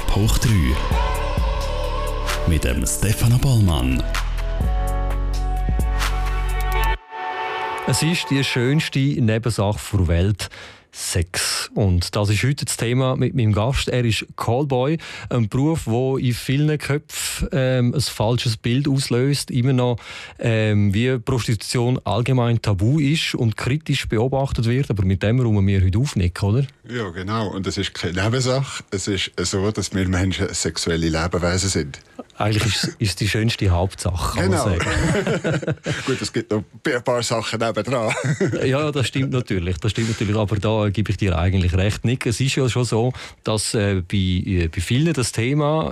Ab hoch 3 mit dem Stefano Bollmann. Es ist die schönste Nebensache der Welt, Sex. Und das ist heute das Thema mit meinem Gast. Er ist Callboy, ein Beruf, der in vielen Köpfen ein falsches Bild auslöst, immer noch wie Prostitution allgemein tabu ist und kritisch beobachtet wird. Aber mit dem räumen wir heute aufnicken, oder? Ja, genau. Und es ist keine Nebensache. Es ist so, dass wir Menschen sexuelle Lebewesen sind. Eigentlich ist es die schönste Hauptsache, kann man sagen. Gut, es gibt noch ein paar Sachen nebendran. Ja, das stimmt natürlich. Aber da gebe ich dir eigentlich recht, Nick. Es ist ja schon so, dass bei vielen das Thema,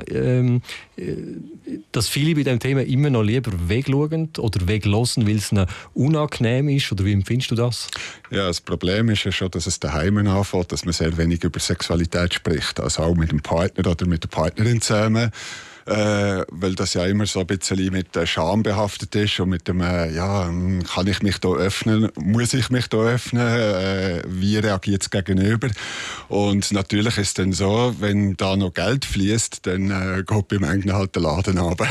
dass viele bei diesem Thema immer noch lieber wegschauen oder weglassen, weil es ihnen unangenehm ist. Oder wie empfindest du das? Ja, das Problem ist ja schon, dass es daheim anfängt, dass man sehr wenig über Sexualität spricht. Also auch mit dem Partner oder mit der Partnerin zusammen. Weil das ja immer so ein bisschen mit Scham behaftet ist und mit dem, kann ich mich da öffnen, muss ich mich da öffnen, wie reagiert es gegenüber? Und natürlich ist es dann so, wenn da noch Geld fließt, dann geht beim Engel halt der Laden runter.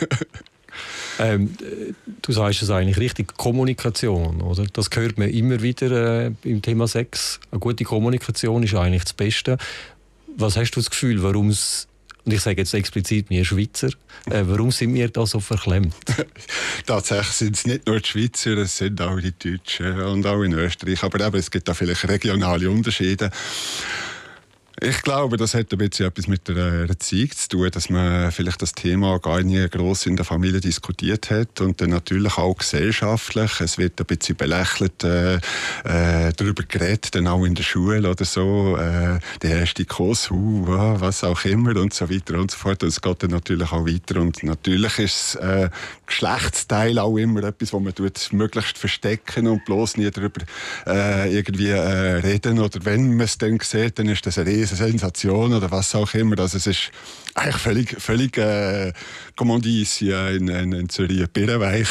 Du sagst es eigentlich richtig, Kommunikation, oder? Das hört man immer wieder im Thema Sex. Eine gute Kommunikation ist eigentlich das Beste. Was hast du das Gefühl, warum es, und ich sage jetzt explizit wir Schweizer, warum sind wir da so verklemmt? Tatsächlich sind es nicht nur die Schweizer, es sind auch die Deutschen und auch in Österreich. Aber eben, es gibt da vielleicht regionale Unterschiede. Ich glaube, das hat ein bisschen etwas mit der Erziehung zu tun, dass man vielleicht das Thema gar nicht gross in der Familie diskutiert hat und dann natürlich auch gesellschaftlich. Es wird ein bisschen belächelt, darüber geredet, dann auch in der Schule oder so, der erste Kuss, was auch immer und so weiter und so fort. Und es geht dann natürlich auch weiter und natürlich ist das Geschlechtsteil auch immer etwas, wo man möglichst verstecken und bloß nie darüber irgendwie reden, oder wenn man es dann sieht, dann ist das eine Sensation oder was auch immer. Also es ist eigentlich völlig comme on dit ici in Zürich, birrenweich.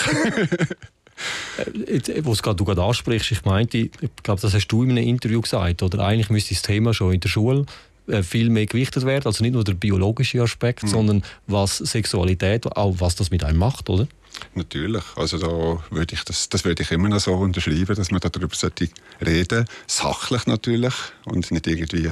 Was du gerade ansprichst, ich glaube, das hast du in einem Interview gesagt, oder eigentlich müsste das Thema schon in der Schule viel mehr gewichtet werden, also nicht nur der biologische Aspekt, sondern was Sexualität, auch was das mit einem macht, oder? Natürlich, also da würde ich das würde ich immer noch so unterschreiben, dass man darüber reden sollte, sachlich natürlich und nicht irgendwie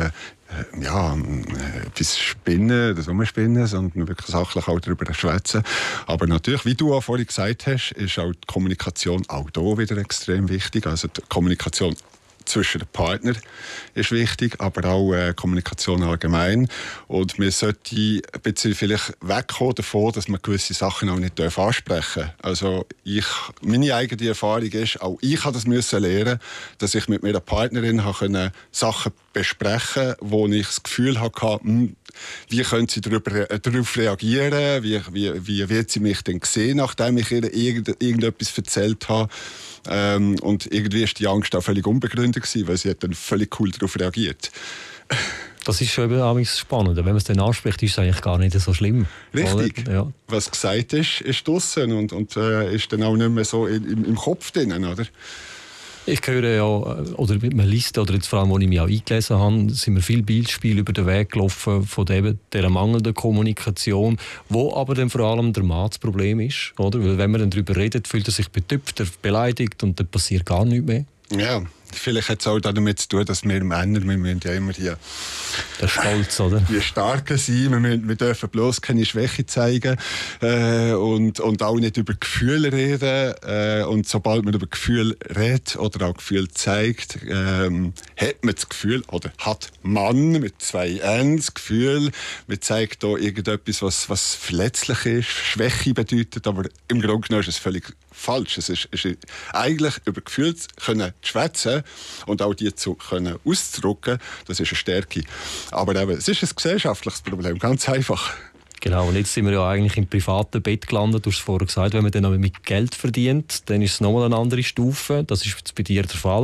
etwas spinnen oder rumspinnen, sondern wirklich sachlich auch darüber schwätzen. Aber natürlich, wie du auch vorhin gesagt hast, ist auch die Kommunikation auch hier wieder extrem wichtig. Also die Kommunikation zwischen den Partnern ist wichtig, aber auch Kommunikation allgemein. Und wir sollten ein bisschen vielleicht wegkommen davon, dass man gewisse Sachen auch nicht ansprechen darf. Also meine eigene Erfahrung ist, auch ich musste das lernen, dass ich mit meiner Partnerin Sachen besprechen konnte, wo ich das Gefühl hatte, wie könnte sie darauf reagieren, wie wird sie mich denn sehen, nachdem ich ihr irgendetwas erzählt habe. Und irgendwie war die Angst auch völlig unbegründet, weil sie hat dann völlig cool darauf reagiert. Das ist schon spannend. Wenn man es dann anspricht, ist es eigentlich gar nicht so schlimm. Richtig. Ja. Was gesagt ist draussen und ist dann auch nicht mehr so im Kopf drin, oder? Ich höre ja, oder man liest, oder jetzt vor allem, als ich mich auch eingelesen habe, sind mir viele Beispiele über den Weg gelaufen von dieser mangelnden Kommunikation, wo aber dann vor allem der Mann das Problem ist. Oder? Weil wenn man dann darüber redet, fühlt er sich betüpft, beleidigt und dann passiert gar nichts mehr. Ja. Vielleicht hat es auch damit zu tun, dass wir Männer, wir müssen ja immer hier der Stolz, oder? Die Starken sein, wir dürfen bloß keine Schwäche zeigen und auch nicht über Gefühle reden. Und sobald man über Gefühle redet oder auch Gefühle zeigt, hat man das Gefühl, oder hat man mit 2 N das Gefühl, man zeigt da irgendetwas, was verletzlich ist, Schwäche bedeutet, aber im Grunde genommen ist es völlig falsch. Es ist eigentlich über Gefühle können schwätzen und auch die können auszudrücken, das ist eine Stärke. Aber eben, es ist ein gesellschaftliches Problem, ganz einfach. Genau, und jetzt sind wir ja eigentlich im privaten Bett gelandet. Du hast es vorher gesagt, wenn man dann mit Geld verdient, dann ist es nochmal eine andere Stufe. Das ist jetzt bei dir der Fall.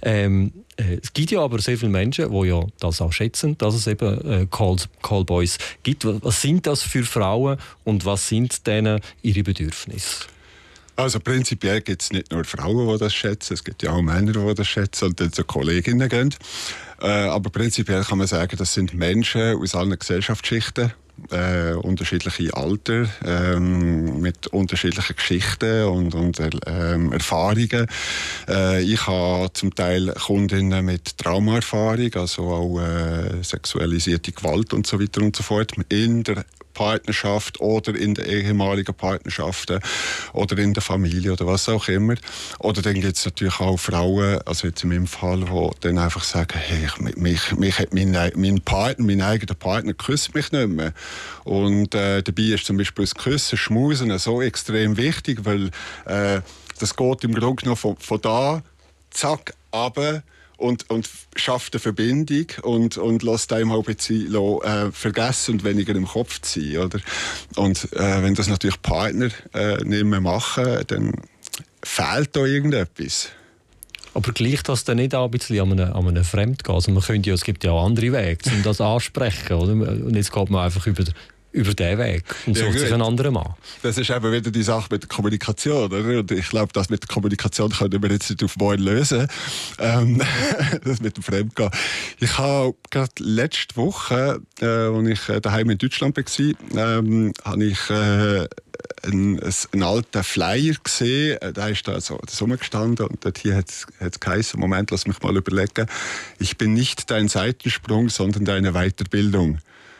Es gibt ja aber sehr viele Menschen, die ja das auch schätzen, dass es eben Callboys gibt. Was sind das für Frauen und was sind denen ihre Bedürfnisse? Also prinzipiell gibt es nicht nur Frauen, die das schätzen, es gibt ja auch Männer, die das schätzen und dann zu Kolleginnen gehen. Aber prinzipiell kann man sagen, das sind Menschen aus allen Gesellschaftsschichten, unterschiedliche Alter, mit unterschiedlichen Geschichten und Erfahrungen. Ich habe zum Teil Kundinnen mit Traumaerfahrung, also auch sexualisierte Gewalt und so weiter und so fort in der Partnerschaft oder in den ehemaligen Partnerschaften oder in der Familie oder was auch immer. Oder dann gibt es natürlich auch Frauen, also jetzt in meinem Fall, die dann einfach sagen, hey, mich hat mein Partner, mein eigener Partner küsst mich nicht mehr. Und dabei ist zum Beispiel das Küssen, Schmusen so extrem wichtig, weil das geht im Grunde genommen von da, zack, runter, und schafft eine Verbindung und lässt einem auch ein bisschen vergessen und weniger im Kopf ziehen. Oder? Und wenn das natürlich Partner nicht mehr machen, dann fehlt da irgendetwas. Aber gleicht das dann nicht auch ein bisschen an einem Fremdgehen? Also es gibt ja auch andere Wege, um das ansprechen. Oder? Und jetzt geht man einfach über diesen Weg und sucht sich einen anderen Mann. Das ist eben wieder die Sache mit der Kommunikation. Oder? Und ich glaube, das mit der Kommunikation können wir jetzt nicht auf morgen lösen. Das mit dem Fremdgehen. Ich habe gerade letzte Woche, als ich daheim in Deutschland war, habe ich einen alten Flyer gesehen. Da ist da so rumgestanden und dort hier hat es geheißen, Moment, lass mich mal überlegen. Ich bin nicht dein Seitensprung, sondern deine Weiterbildung.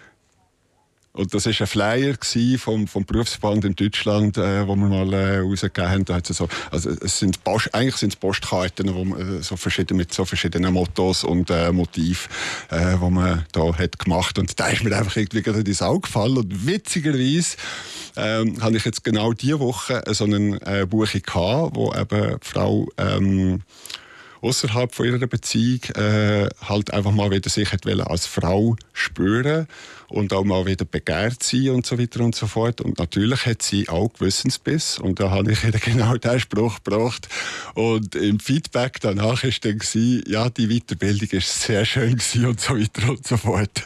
Und das war ein Flyer vom Berufsverband in Deutschland, wo wir mal rausgegeben haben. Also eigentlich sind es Postkarten mit so verschiedenen Mottos und Motiven, die man da hat gemacht. Und da ist mir einfach irgendwie gerade ins Auge gefallen. Und witzigerweise habe ich jetzt genau diese Woche so eine Buchung gehabt, wo eben die Frau außerhalb von ihrer Beziehung halt einfach mal wieder sich als Frau spüren und auch mal wieder begehrt sein und so weiter und so fort. Und natürlich hat sie auch Gewissensbiss. Und da habe ich ihr genau diesen Spruch gebracht. Und im Feedback danach war dann, ja, die Weiterbildung war sehr schön und so weiter und so fort.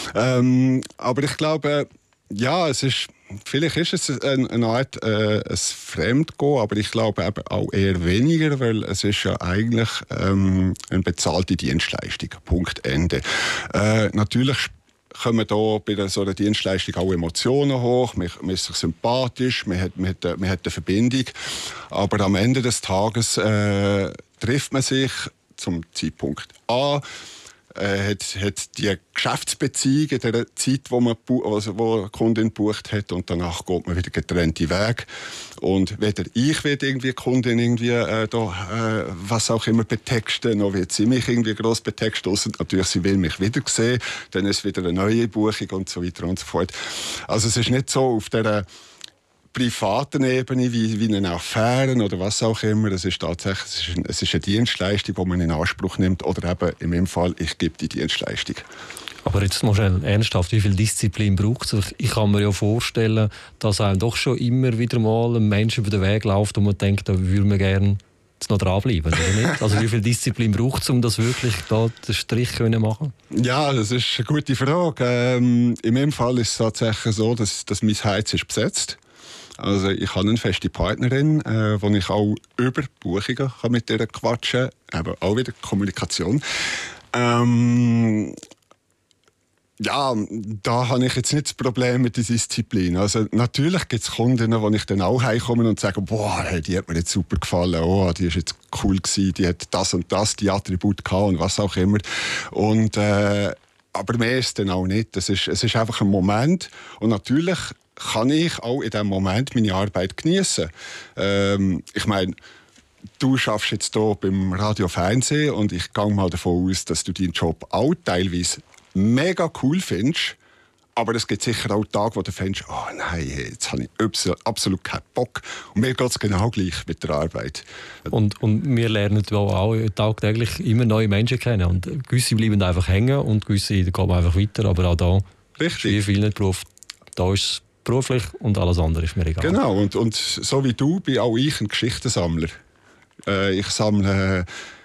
Aber ich glaube, ja, vielleicht ist es eine Art ein Fremdgehen, aber ich glaube eben auch eher weniger, weil es ist ja eigentlich eine bezahlte Dienstleistung. Punkt, Ende. Natürlich kommen da bei so einer Dienstleistung auch Emotionen hoch, man ist sich sympathisch, man hat eine Verbindung, aber am Ende des Tages trifft man sich zum Zeitpunkt A, hat die Geschäftsbeziehung in der Zeit, wo die Kundin gebucht hat, und danach geht man wieder getrennte Wege. Und weder ich werde irgendwie die Kundin was auch immer betexten, noch wird sie mich irgendwie gross betexten. Ausser natürlich, sie will mich wieder sehen, dann ist wieder eine neue Buchung und so weiter und so fort. Also es ist nicht so auf dieser privaten Ebene wie eine Affäre oder was auch immer. Es ist tatsächlich eine Dienstleistung, die man in Anspruch nimmt, oder eben in meinem Fall, ich gebe die Dienstleistung. Aber jetzt mal schnell ernsthaft, wie viel Disziplin braucht es? Ich kann mir ja vorstellen, dass einem doch schon immer wieder mal ein Mensch über den Weg läuft und man denkt, da würde man gerne noch dranbleiben, oder nicht? Also wie viel Disziplin braucht es, um das wirklich da den Strich zu machen? Ja, das ist eine gute Frage. In meinem Fall ist es tatsächlich so, dass mein Herz ist besetzt. Also ich habe eine feste Partnerin, wo ich auch über Buchungen mit ihr quatschen kann. Eben auch wieder Kommunikation. Ja, da habe ich jetzt nicht das Problem mit der Disziplin. Also natürlich gibt es Kundinnen, wo ich dann auch heimkomme und sage, boah, hey, die hat mir jetzt super gefallen, oh, die ist jetzt cool gewesen, die hat das und das, die Attribute gehabt und was auch immer. Und aber mehr ist es dann auch nicht. Es ist einfach ein Moment. Und natürlich kann ich auch in diesem Moment meine Arbeit genießen. Ich meine, du arbeitest jetzt hier beim Radio Fernsehen und ich gehe mal davon aus, dass du deinen Job auch teilweise mega cool findest. Aber es gibt sicher auch Tage, wo du findest, oh nein, jetzt habe ich absolut keinen Bock. Und mir geht es genau gleich mit der Arbeit. Und wir lernen auch tagtäglich immer neue Menschen kennen. Und gewisse bleiben einfach hängen und gewisse gehen einfach weiter. Aber auch da, wie vielen Berufen, da ist es beruflich und alles andere ist mir egal. Genau, und so wie du bin auch ich ein Geschichtensammler. Ich sammle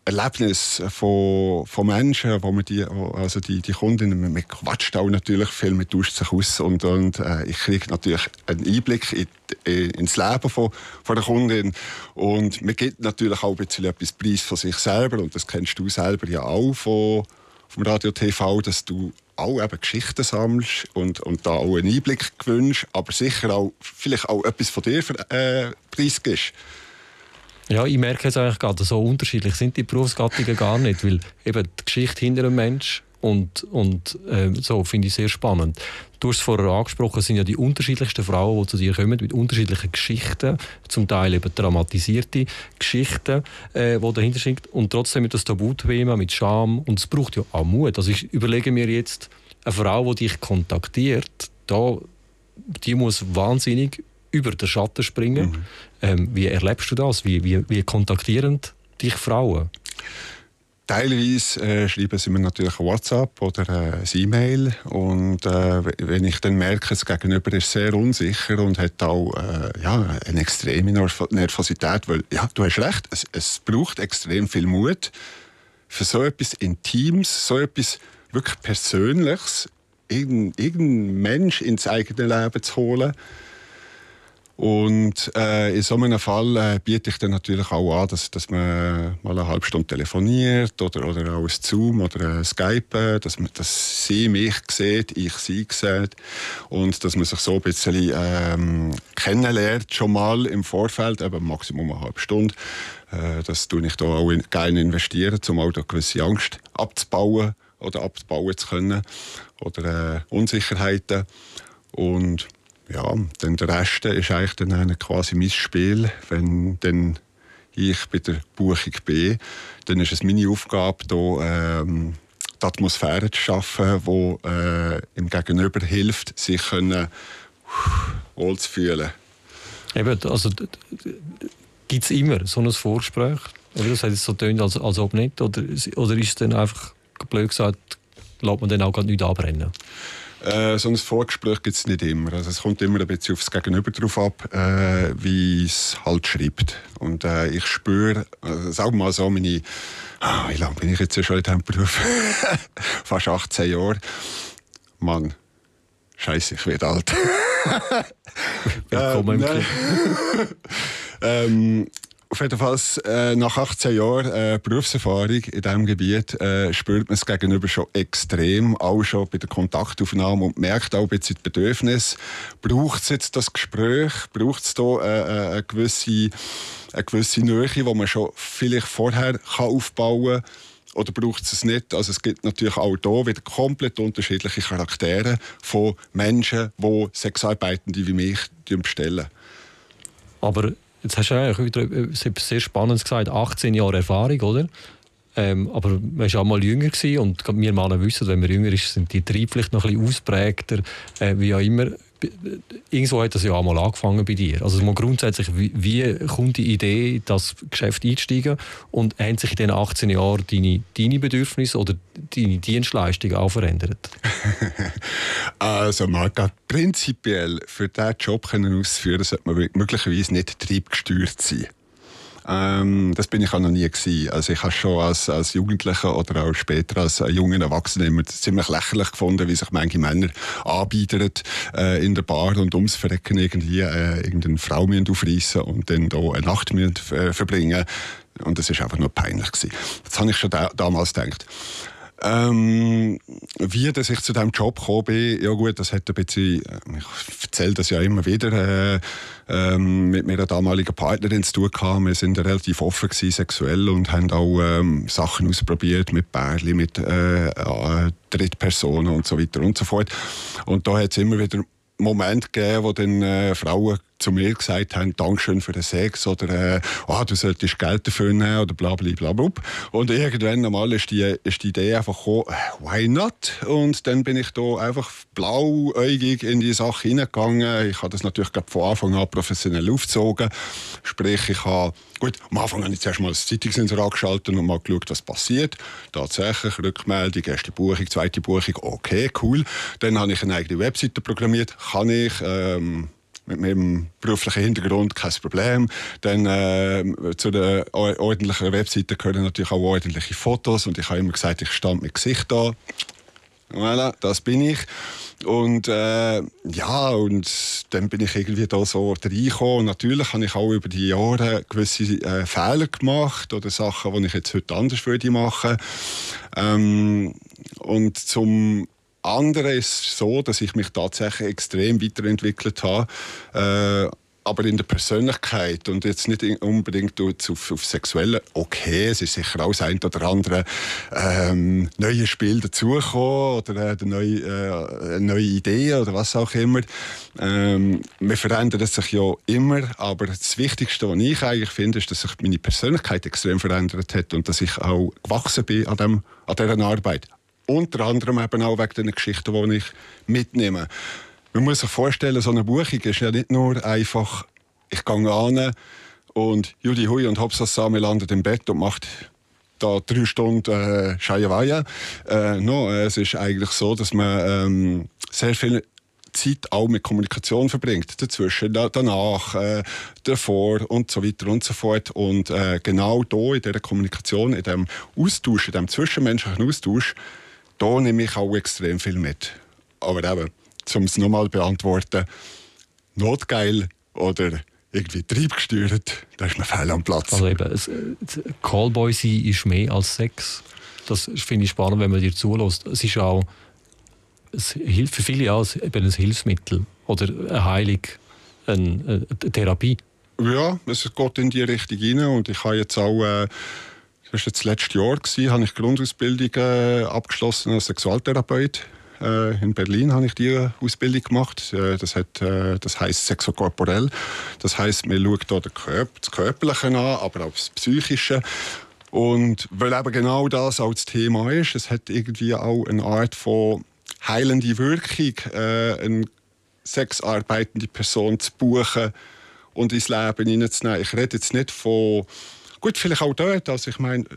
Erlebnis von Menschen, wo man die Kundinnen, man quatscht auch natürlich viel, man tauscht sich aus und ich kriege natürlich einen Einblick ins Leben von der Kundin und man gibt natürlich auch ein bisschen etwas Preis von sich selber und das kennst du selber ja auch vom Radio TV, dass du auch eben Geschichten sammelst und da auch einen Einblick gewünscht, aber sicher auch vielleicht auch etwas von dir preisgibst. Ja, ich merke jetzt eigentlich gerade, so unterschiedlich sind die Berufsgattungen gar nicht, weil eben die Geschichte hinter einem Menschen und so finde ich sehr spannend. Du hast es vorher angesprochen, es sind ja die unterschiedlichsten Frauen, die zu dir kommen, mit unterschiedlichen Geschichten, zum Teil eben dramatisierte Geschichten, die dahinter sind und trotzdem mit das Tabuthema, mit Scham und es braucht ja auch Mut. Also ich überlege mir jetzt, eine Frau, die dich kontaktiert, die muss wahnsinnig über den Schatten springen. Wie erlebst du das? Wie kontaktieren dich Frauen? Teilweise schreiben sie mir natürlich ein WhatsApp oder ein E-Mail und wenn ich dann merke, das Gegenüber ist sehr unsicher und hat auch eine extreme Nervosität, weil ja, du hast recht, es braucht extrem viel Mut für so etwas Intimes, so etwas wirklich Persönliches, irgendeinen Mensch ins eigene Leben zu holen. Und in so einem Fall biete ich dann natürlich auch an, dass man mal eine halbe Stunde telefoniert oder auch ein Zoom oder ein Skype, dass sie mich sieht, ich sie sieht und dass man sich so ein bisschen kennenlernt, schon mal im Vorfeld, eben Maximum eine halbe Stunde. Das tue ich da auch gerne investieren, um auch eine gewisse Angst abzubauen zu können oder Unsicherheiten. Und ja, dann der Rest ist eigentlich dann quasi mein Spiel. Wenn dann ich bei der Buchung bin, dann ist es meine Aufgabe, hier, die Atmosphäre zu schaffen, die im Gegenüber hilft, sich wohl zu fühlen. Eben, also gibt es immer so ein Vorgespräch? Das hat jetzt so tönt, als ob nicht. Oder ist es dann einfach, blöd gesagt, lässt man dann auch gar nicht anbrennen? So ein Vorgespräch gibt es nicht immer. Also es kommt immer ein bisschen aufs Gegenüber drauf ab, wie es halt schreibt. Und ich spüre, sagen wir mal so, wie lange bin ich jetzt schon in diesem Beruf? Fast 18 Jahre. Mann, Scheiße, ich werde alt. Willkommen im auf jeden Fall, nach 18 Jahren Berufserfahrung in diesem Gebiet spürt man es gegenüber schon extrem, auch schon bei der Kontaktaufnahme und merkt auch ein bisschen das Bedürfnis. Braucht es jetzt das Gespräch? Braucht es da eine gewisse Nähe, die man schon vielleicht vorher aufbauen kann? Oder braucht es nicht? Also es gibt natürlich auch hier wieder komplett unterschiedliche Charaktere von Menschen, die Sexarbeitende wie mich bestellen. Aber jetzt hast du eigentlich wieder etwas sehr Spannendes gesagt, 18 Jahre Erfahrung, oder? Aber man war auch mal jünger gewesen, und wir Männer wissen, wenn man jünger ist, sind die Triebe vielleicht noch ein bisschen ausprägter, wie auch immer. Irgendwo hat das ja auch mal angefangen bei dir. Also mal grundsätzlich, wie kommt die Idee, in das Geschäft einzusteigen, und haben sich in diesen 18 Jahren deine Bedürfnisse oder deine Dienstleistungen auch verändert? Also Marc, prinzipiell für diesen Job auszuführen, sollte man möglicherweise nicht triebgesteuert sein. Das bin ich auch noch nie gewesen. Also ich habe schon als Jugendlicher oder auch später als junger Erwachsener immer ziemlich lächerlich gefunden, wie sich manche Männer anbieten in der Bar und ums Verrecken irgendwie irgendeine Frau aufreißen und dann hier eine Nacht verbringen. Und das war einfach nur peinlich gewesen. Das habe ich schon damals gedacht. Wie dass ich zu diesem Job gekommen bin, ja gut, das hat ein bisschen, ich erzähle das ja immer wieder, mit meiner damaligen Partnerin zu tun gehabt. Wir sind relativ offen gewesen, sexuell, und haben auch Sachen ausprobiert mit Pärchen, mit Drittpersonen und so weiter und so fort. Und da hat es immer wieder Momente gegeben, wo dann Frauen zu mir gesagt haben, Dankeschön für den Sex, oder du solltest Geld dafür nehmen, oder bla bla bla bla. Und irgendwann einmal ist die Idee einfach gekommen, why not? Und dann bin ich da einfach blauäugig in die Sache hineingegangen. Ich habe das natürlich von Anfang an professionell aufgezogen. Sprich, am Anfang habe ich zuerst mal das Zeitungsinserat geschaltet und mal geschaut, was passiert. Tatsächlich, Rückmeldung, erste Buchung, zweite Buchung, okay, cool. Dann habe ich eine eigene Webseite programmiert, kann ich mit meinem beruflichen Hintergrund kein Problem. Dann zu der ordentlichen Webseite gehören natürlich auch ordentliche Fotos und ich habe immer gesagt, ich stand mit Gesicht da. Voilà, das bin ich. Und und dann bin ich irgendwie da so reingekommen. Und natürlich habe ich auch über die Jahre gewisse Fehler gemacht oder Sachen, die ich jetzt heute anders würde machen. Und zum anderen ist es so, dass ich mich tatsächlich extrem weiterentwickelt habe. Aber in der Persönlichkeit und jetzt nicht unbedingt auf sexuelle. Okay, es ist sicher auch das ein oder andere neue Spiel dazugekommen oder eine neue Idee oder was auch immer. Wir verändern sich ja immer, aber das Wichtigste, was ich eigentlich finde, ist, dass sich meine Persönlichkeit extrem verändert hat und dass ich auch gewachsen bin an dieser Arbeit. Unter anderem eben auch wegen den Geschichten, die ich mitnehme. Man muss sich vorstellen, so eine Buchung ist ja nicht nur einfach, ich gehe an und Juli Hui und Hopsassame landet im Bett und macht da 3 Stunden Scheienweie. Es ist eigentlich so, dass man sehr viel Zeit auch mit Kommunikation verbringt. Dazwischen, danach, davor und so weiter und so fort. Und genau hier in dieser Kommunikation, in diesem Austausch, in diesem zwischenmenschlichen Austausch, da nehme ich auch extrem viel mit. Aber eben, um es nochmal zu beantworten, notgeil oder irgendwie triebgesteuert, da ist man fehl am Platz. Also eben, Callboy sein ist mehr als Sex. Das finde ich spannend, wenn man dir zulässt. Es ist auch, es hilft für viele auch eben ein Hilfsmittel oder eine Heilung, eine Therapie. Ja, es geht in die Richtung rein und ich habe jetzt auch, das war jetzt das letzte Jahr, habe ich Grundausbildung abgeschlossen als Sexualtherapeut. In Berlin habe ich die Ausbildung gemacht. Das heisst sexokorporell. Das heisst, man schaut hier das Körperliche an, aber auch das Psychische. Und weil eben genau das auch das Thema ist, es hat irgendwie auch eine Art von heilende Wirkung, eine sexarbeitende Person zu buchen und ins Leben hineinzunehmen. Ich rede jetzt nicht von, gut, vielleicht auch dort, also ich meine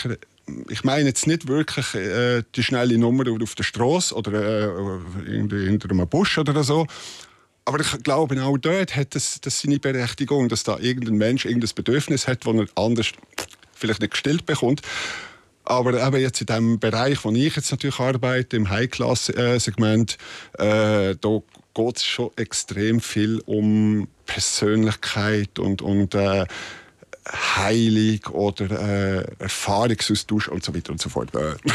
jetzt nicht wirklich die schnelle Nummer auf der Straße oder hinter einem Busch oder so. Aber ich glaube, auch dort hat das seine Berechtigung, dass da irgendein Mensch irgendein Bedürfnis hat, das er anders vielleicht nicht gestillt bekommt. Aber eben jetzt in dem Bereich, wo ich jetzt natürlich arbeite, im High-Class-Segment, da geht es schon extrem viel um Persönlichkeit und Heilung oder Erfahrungsaustausch und so weiter und so fort.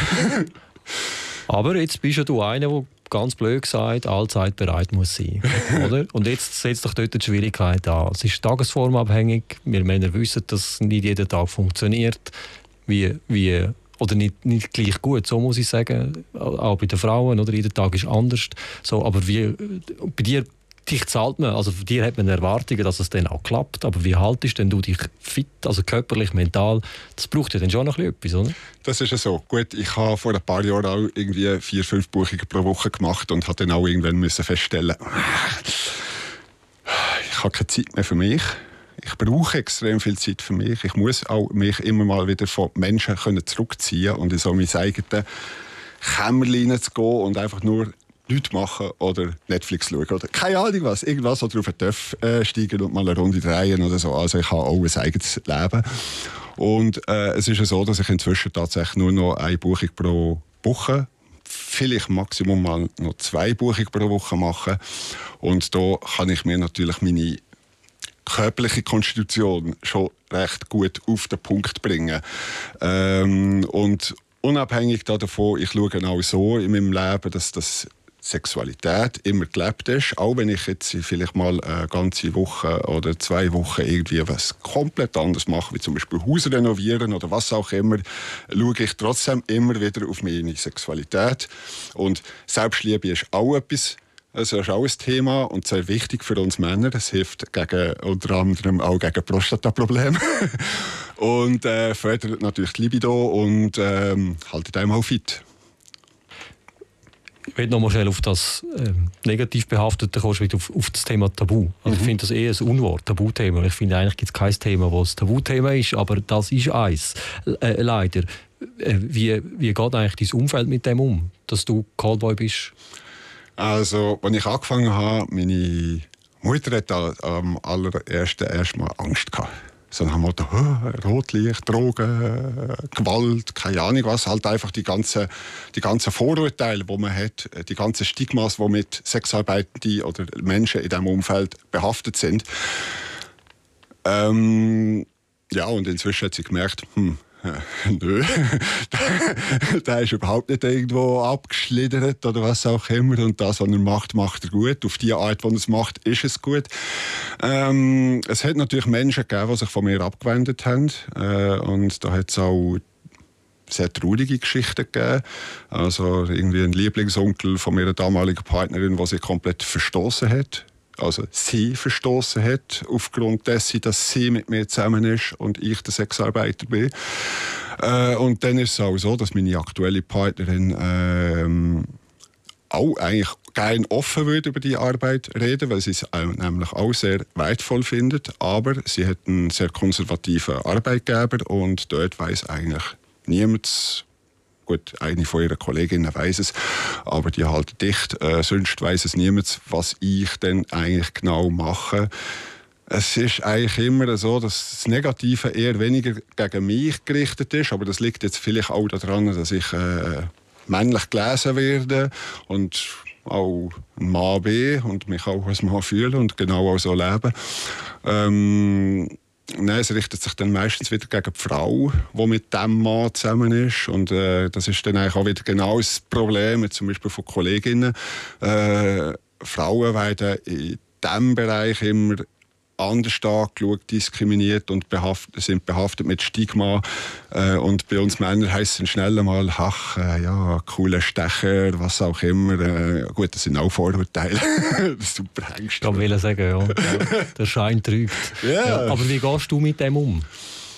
Aber jetzt bist ja du einer, der ganz blöd gesagt allzeit bereit muss sein, oder? Und jetzt setzt doch dort die Schwierigkeit an. Es ist tagesformabhängig. Wir Männer wissen, dass es nicht jeden Tag funktioniert. Oder nicht gleich gut, so muss ich sagen. Auch bei den Frauen, oder? Jeder Tag ist anders. So, aber bei dir, dich zahlt man, also für dich hat man Erwartungen, dass es dann auch klappt. Aber wie haltest denn du dich fit, also körperlich, mental? Das braucht ja dann schon noch etwas, oder? Das ist ja so. Gut, ich habe vor ein paar Jahren auch irgendwie 4-5 Buchungen pro Woche gemacht und habe dann auch irgendwann müssen feststellen, ich habe keine Zeit mehr für mich. Ich brauche extrem viel Zeit für mich. Ich muss auch mich immer mal wieder von Menschen zurückziehen und in so mein eigenes Kämmerlein zu gehen und einfach nur nichts machen oder Netflix schauen oder keine Ahnung was. Irgendwas oder auf den Töpf steigen und mal eine Runde drehen oder so. Also ich habe auch ein eigenes Leben. Und es ist ja so, dass ich inzwischen tatsächlich nur noch eine Buchung pro Woche, vielleicht Maximum mal noch 2 Buchungen pro Woche machen. Und da kann ich mir natürlich meine körperliche Konstitution schon recht gut auf den Punkt bringen. Und unabhängig davon, ich schaue auch so in meinem Leben, dass das Sexualität immer gelebt ist. Auch wenn ich jetzt vielleicht mal eine ganze Woche oder 2 Wochen irgendwie was komplett anderes mache, wie zum Beispiel Haus renovieren oder was auch immer, schaue ich trotzdem immer wieder auf meine Sexualität. Und Selbstliebe ist auch etwas, das ist auch ein Thema und sehr wichtig für uns Männer. Es hilft unter anderem auch gegen Prostataprobleme. Und fördert natürlich die Libido und haltet einem auch fit. Ich will noch mal schnell auf das negativ behaftete kommen, auf das Thema Tabu. Also ich finde das eher ein Unwort, Tabuthema. Ich finde, eigentlich gibt es kein Thema, das ein Tabuthema ist, aber das ist eins. Leider. Wie geht eigentlich dein Umfeld mit dem um, dass du Callboy bist? Also, als ich angefangen habe, meine Mutter hat am allerersten erstmal Angst gehabt. So nach dem Motto, Rotlicht, Drogen, Gewalt, keine Ahnung was. Halt einfach die ganzen Vorurteile, die man hat, die ganzen Stigmas, die mit Sexarbeitenden oder Menschen in diesem Umfeld behaftet sind. Ja, und inzwischen hat sie gemerkt, nö, der ist überhaupt nicht irgendwo abgeschlittert oder was auch immer. Und das, was er macht, macht er gut. Auf die Art, wie er es macht, ist es gut. Es hat natürlich Menschen gegeben, die sich von mir abgewendet haben. Und da hat es auch sehr traurige Geschichten gegeben. Also irgendwie ein Lieblingsonkel von meiner damaligen Partnerin, der sie komplett verstoßen hat. Also sie verstoßen hat, aufgrund dessen, dass sie mit mir zusammen ist und ich der Sexarbeiter bin. Und dann ist es auch so, dass meine aktuelle Partnerin auch eigentlich gerne offen würde über die Arbeit reden, weil sie es nämlich auch sehr wertvoll findet. Aber sie hat einen sehr konservativen Arbeitgeber und dort weiss eigentlich niemand. Gut, eine von ihren Kolleginnen weiss es, aber die halten dicht. Sonst weiss es niemand, was ich denn eigentlich genau mache. Es ist eigentlich immer so, dass das Negative eher weniger gegen mich gerichtet ist, aber das liegt jetzt vielleicht auch daran, dass ich männlich gelesen werde und auch ein Mann bin und mich auch als Mann fühle und genau auch so lebe. Nein, es richtet sich dann meistens wieder gegen die Frau, die mit dem Mann zusammen ist. Und das ist dann eigentlich auch wieder genau das Problem, zum Beispiel von Kolleginnen. Frauen werden in diesem Bereich immer anders angeschaut, diskriminiert und sind behaftet mit Stigma. Und bei uns Männern heisst es dann schnell einmal, ja, cooler Stecher, was auch immer. Gut, das sind auch Vorurteile. Super Hengst. Ich will sagen, ja. Der Schein trügt. Yeah. Ja, aber wie gehst du mit dem um?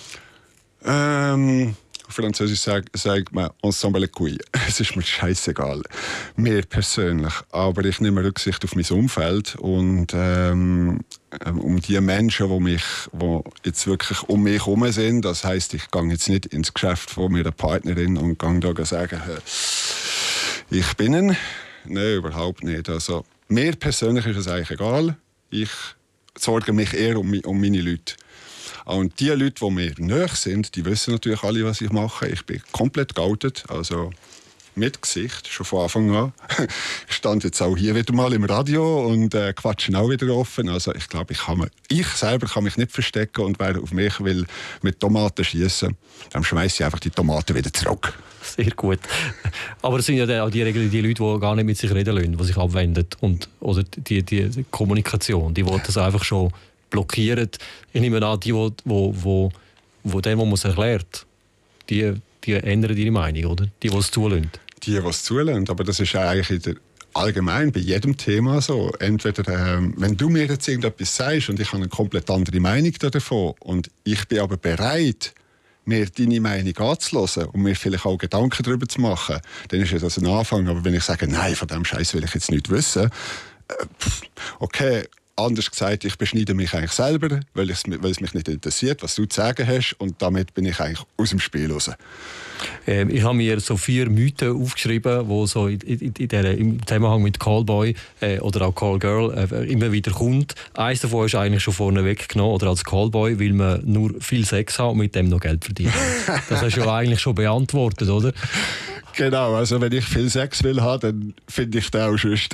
Auf Französisch sagt man «ensemble les couilles». Es ist mir scheißegal. Mir persönlich. Aber ich nehme Rücksicht auf mein Umfeld und um die Menschen, die jetzt wirklich um mich herum sind. Das heisst, ich gehe jetzt nicht ins Geschäft von meiner Partnerin und gehe da sagen, ich bin ein. Nein, überhaupt nicht. Also, mir persönlich ist es eigentlich egal. Ich sorge mich eher um meine Leute. Und die Leute, die mir nahe sind, die wissen natürlich alle, was ich mache. Ich bin komplett geoutet, also mit Gesicht, schon von Anfang an. Ich stand jetzt auch hier wieder mal im Radio und quatschen auch wieder offen. Also ich glaube, ich selber kann mich nicht verstecken und wer auf mich will mit Tomaten schießen, dann schmeiße ich einfach die Tomaten wieder zurück. Sehr gut. Aber es sind ja auch die Leute, die gar nicht mit sich reden lassen, die sich abwenden. Oder die Kommunikation, die das einfach schon blockieren. Ich nehme an, die man es erklärt, die ändern ihre Meinung, oder? Die es zulassen. Die es zulassen, aber das ist eigentlich allgemein bei jedem Thema so. Entweder, wenn du mir jetzt irgendetwas sagst und ich habe eine komplett andere Meinung davon und ich bin aber bereit, mir deine Meinung anzuhören und mir vielleicht auch Gedanken darüber zu machen, dann ist das ein Anfang. Aber wenn ich sage, nein, von diesem Scheiß will ich jetzt nicht wissen, okay. Anders gesagt, ich beschneide mich eigentlich selber, weil es mich nicht interessiert, was du zu sagen hast. Und damit bin ich eigentlich aus dem Spiel raus. Ich habe mir so 4 Mythen aufgeschrieben, die so im Zusammenhang mit Callboy oder auch Callgirl immer wieder kommt. Eins davon ist eigentlich schon vorne weggenommen. Oder als Callboy will man nur viel Sex haben und mit dem noch Geld verdienen. Das hast du ja eigentlich schon beantwortet, oder? Genau, also wenn ich viel Sex will haben, dann finde ich den auch schücht.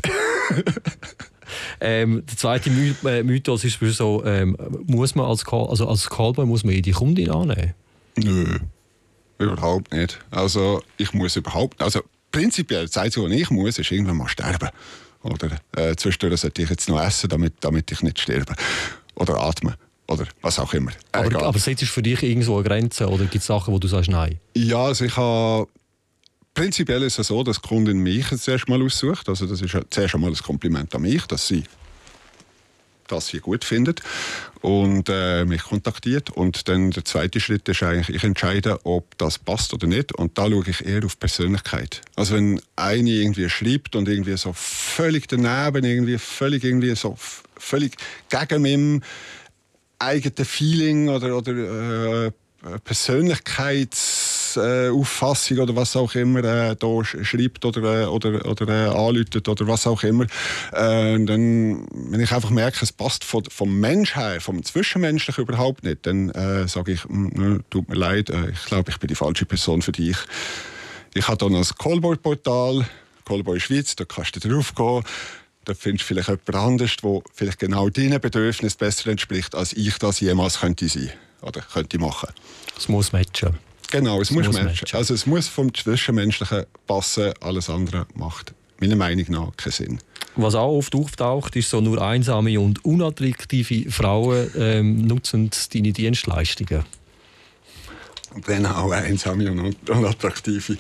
Der zweite Mythos ist so, muss man als Callboy muss man die Kundin annehmen? Nö, überhaupt nicht. Also ich muss prinzipiell, das Einzige, was ich muss, ist irgendwann mal sterben. Oder zwischendurch sollte ich jetzt noch essen, damit ich nicht sterbe. Oder atmen. Oder was auch immer. Aber setzt du für dich irgendwo eine Grenze? Oder gibt es Sachen, wo du sagst, nein? Ja, also prinzipiell ist es so, dass die Kundin mich zuerst mal aussucht. Also das ist zuerst einmal ein Kompliment an mich, dass sie das hier gut findet und mich kontaktiert. Und dann der zweite Schritt ist eigentlich, ich entscheide, ob das passt oder nicht. Und da schaue ich eher auf Persönlichkeit. Also wenn eine irgendwie schreibt und irgendwie so völlig daneben, völlig gegen meinem eigenen Feeling oder Persönlichkeits Lebensauffassung oder was auch immer da schreibt oder anläutet oder was auch immer, dann, wenn ich einfach merke, es passt vom Mensch her, vom Zwischenmenschlichen überhaupt nicht, dann sage ich, tut mir leid, ich glaube, ich bin die falsche Person für dich. Ich habe hier noch ein Callboy-Portal, Callboy Schweiz, da kannst du drauf gehen. Da findest du vielleicht jemand anderes, der vielleicht genau deinen Bedürfnissen besser entspricht, als ich das jemals könnte sein oder könnte machen. Es muss matchen. Genau, es muss matchen. Also es muss vom Zwischenmenschlichen passen, alles andere macht meiner Meinung nach keinen Sinn. Was auch oft auftaucht, ist so, nur einsame und unattraktive Frauen nutzen deine Dienstleistungen. Genau, einsame und unattraktive.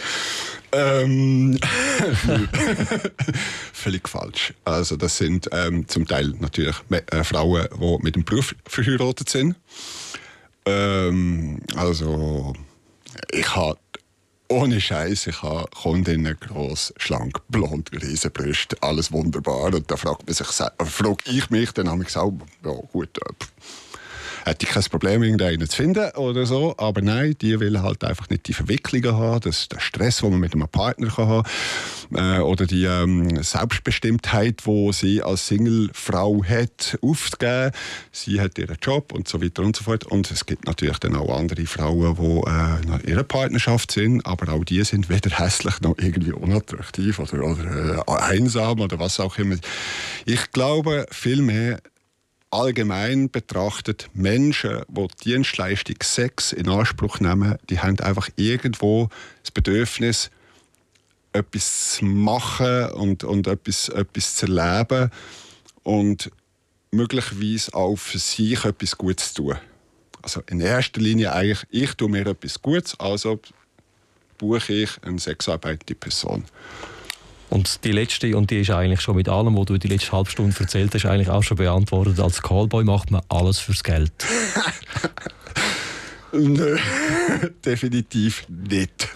Völlig falsch. Also das sind zum Teil natürlich Frauen, die mit dem Beruf verheiratet sind. Also ich habe ohne Scheiß, ich habe Kundinnen, gross, schlank, blond, riesen Brüste, alles wunderbar. Und da frage ich mich dann auch, ja gut, hätte ich kein Problem, irgendeinen zu finden oder so. Aber nein, die will halt einfach nicht die Verwicklungen haben, den Stress, den man mit einem Partner haben kann, oder die Selbstbestimmtheit, die sie als Singlefrau hat, aufzugeben. Sie hat ihren Job und so weiter und so fort. Und es gibt natürlich dann auch andere Frauen, die in ihrer Partnerschaft sind, aber auch die sind weder hässlich noch irgendwie unattraktiv oder einsam oder was auch immer. Ich glaube vielmehr, allgemein betrachtet, Menschen, die Dienstleistung Sex in Anspruch nehmen, die haben einfach irgendwo das Bedürfnis, etwas zu machen und etwas zu erleben und möglicherweise auch für sich etwas Gutes zu tun. Also in erster Linie eigentlich, ich tue mir etwas Gutes, also buche ich eine sexarbeitende Person. Und die letzte, und die ist eigentlich schon mit allem, was du die letzte halbe Stunde erzählt hast, eigentlich auch schon beantwortet. Als Callboy macht man alles fürs Geld. Nö, definitiv nicht.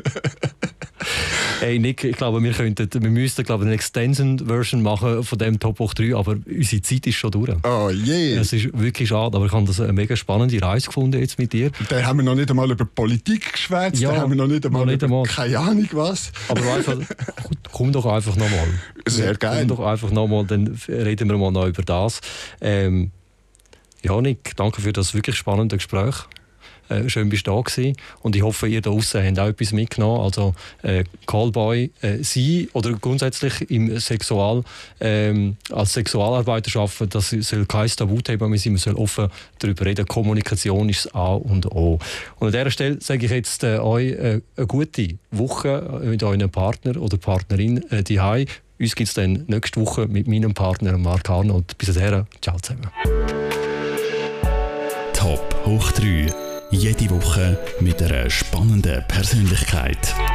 Hey Nick, ich glaube, wir müssten eine Extended-Version machen von dem Top Hoch 3, aber unsere Zeit ist schon durch. Oh je. Es ist wirklich schade, aber ich habe das eine mega spannende Reise gefunden jetzt mit dir. Da haben wir noch nicht einmal über Politik geschwätzt, da haben wir noch nicht einmal keine Ahnung was. Aber einfach, komm doch einfach nochmal. Sehr gerne. Komm doch einfach nochmal, dann reden wir mal noch über das. Ja, Nick, danke für das wirklich spannende Gespräch. Schön, bist du da gewesen. Und ich hoffe, ihr da draussen habt auch etwas mitgenommen. Also Callboy sein oder grundsätzlich im als Sexualarbeiter arbeiten, das soll kein Tabuthema mehr sein. Man soll offen darüber reden. Kommunikation ist das A und O. Und an dieser Stelle sage ich jetzt euch eine gute Woche mit euren Partner oder Partnerin daheim. Uns gibt es dann nächste Woche mit meinem Partner Marc Arnold. Bis dahin, ciao zusammen. Top hoch 3. Jede Woche mit einer spannenden Persönlichkeit.